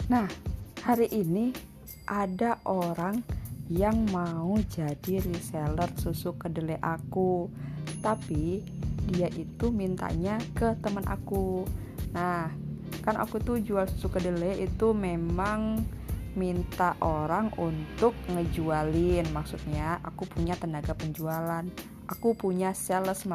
Nah, hari ini ada orang yang mau jadi reseller susu kedelai aku, tapi dia itu mintanya ke teman aku. Nah, kan aku tuh jual susu kedelai itu memang minta orang untuk ngejualin. Maksudnya aku punya tenaga penjualan, aku punya sales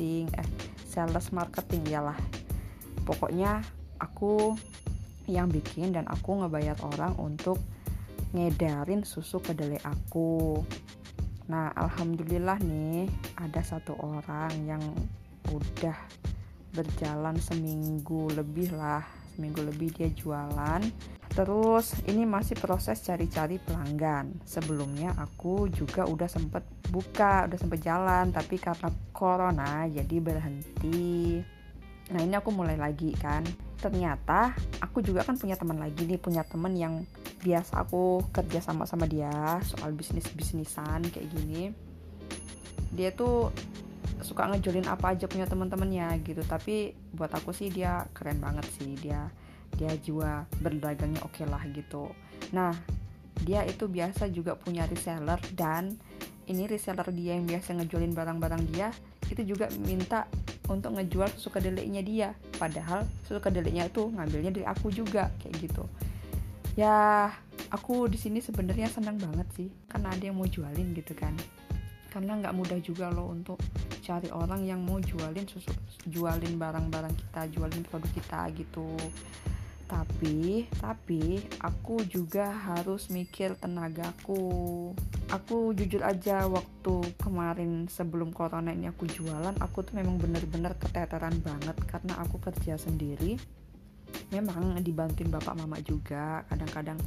marketing yalah. Pokoknya aku yang bikin dan aku ngebayar orang untuk ngedarin susu kedelai aku. Nah, alhamdulillah nih ada satu orang yang udah berjalan seminggu lebih dia jualan. Terus ini masih proses cari-cari pelanggan. Sebelumnya aku juga udah sempet jalan, tapi karena corona jadi berhenti. Nah, ini aku mulai lagi kan. Ternyata aku juga kan punya teman yang biasa aku kerja sama dia soal bisnisan kayak gini. Dia tuh suka ngejolin apa aja punya teman-temannya gitu, tapi buat aku sih dia keren banget sih. Dia jiwa berdagangnya oke lah gitu. Nah, dia itu biasa juga punya reseller, dan ini reseller dia yang biasa ngejolin barang-barang dia itu juga minta untuk ngejual susu kedelainya dia, padahal susu kedelainya itu ngambilnya dari aku juga kayak gitu. Ya, aku di sini sebenarnya senang banget sih karena ada yang mau jualin gitu kan, karena nggak mudah juga loh untuk cari orang yang mau jualin barang-barang kita, jualin produk kita gitu. Tapi aku juga harus mikir tenagaku. Aku jujur aja, waktu kemarin sebelum corona ini aku jualan, aku tuh memang bener-bener keteteran banget karena aku kerja sendiri. Memang dibantuin bapak mama juga kadang-kadang,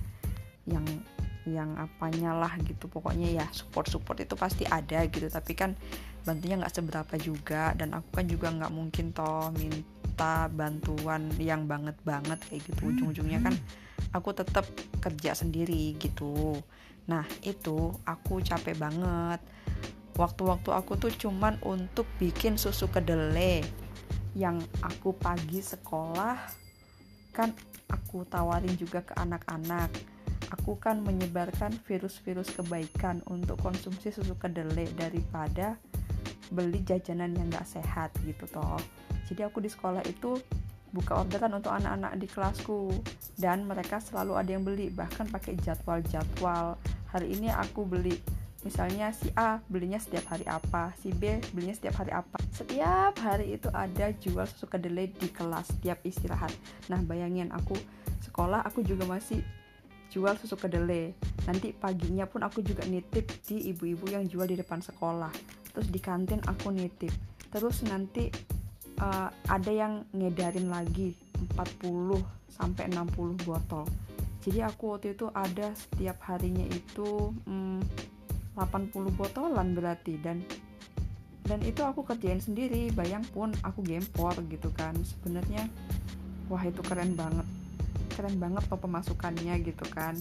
yang apanya lah gitu. Pokoknya ya support itu pasti ada gitu, tapi kan bantunya nggak seberapa juga, dan aku kan juga nggak mungkin toh minta bantuan yang banget kayak gitu. Ujung-ujungnya kan aku tetap kerja sendiri gitu. Nah, itu aku capek banget. Waktu-waktu aku tuh cuman untuk bikin susu kedelai yang aku pagi sekolah kan aku tawarin juga ke anak-anak. Aku kan menyebarkan virus-virus kebaikan untuk konsumsi susu kedelai daripada beli jajanan yang gak sehat gitu toh. Jadi aku di sekolah itu buka orderan untuk anak-anak di kelasku, dan mereka selalu ada yang beli, bahkan pakai jadwal. Hari ini aku beli, misalnya si A belinya setiap hari apa, si B belinya setiap hari apa. Setiap hari itu ada jual susu kedelai di kelas setiap istirahat. Nah, bayangin aku sekolah aku juga masih jual susu kedelai. Nanti paginya pun aku juga nitip di ibu-ibu yang jual di depan sekolah. Terus di kantin aku nitip. Terus nanti ada yang ngedarin lagi 40 sampai 60 botol. Jadi aku waktu itu ada setiap harinya itu 80 botolan berarti, dan itu aku kerjain sendiri. Bayang pun aku gempor gitu kan. Sebenarnya wah, itu keren banget loh pemasukannya gitu kan.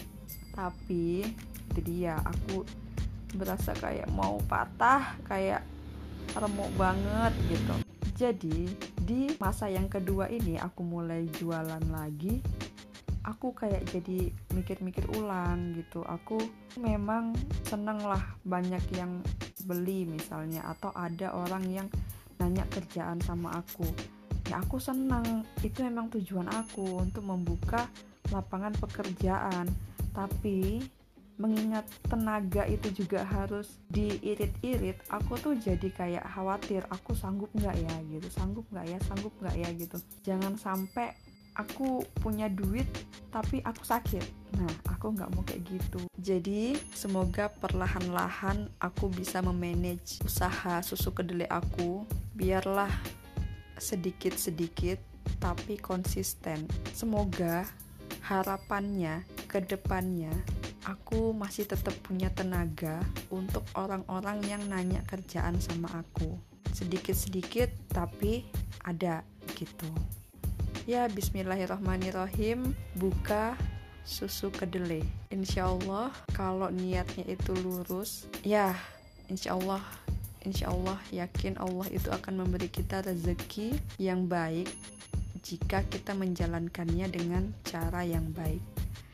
Tapi itu dia, aku berasa kayak mau patah, kayak remuk banget gitu. Jadi di masa yang kedua ini aku mulai jualan lagi, aku kayak jadi mikir-mikir ulang gitu. Aku memang seneng lah banyak yang beli misalnya, atau ada orang yang nanya kerjaan sama aku. Ya aku senang, itu memang tujuan aku untuk membuka lapangan pekerjaan. Tapi mengingat tenaga itu juga harus diirit-irit, aku tuh jadi kayak khawatir, aku sanggup nggak ya gitu. Jangan sampai aku punya duit tapi aku sakit. Nah, aku nggak mau kayak gitu. Jadi semoga perlahan-lahan aku bisa memanage usaha susu kedelai aku, biarlah sedikit-sedikit tapi konsisten. Semoga harapannya ke depannya aku masih tetap punya tenaga untuk orang-orang yang nanya kerjaan sama aku. Sedikit-sedikit tapi ada gitu. Ya, bismillahirrahmanirrahim, buka susu kedelai. Insyaallah kalau niatnya itu lurus, ya insyaallah yakin Allah itu akan memberi kita rezeki yang baik jika kita menjalankannya dengan cara yang baik.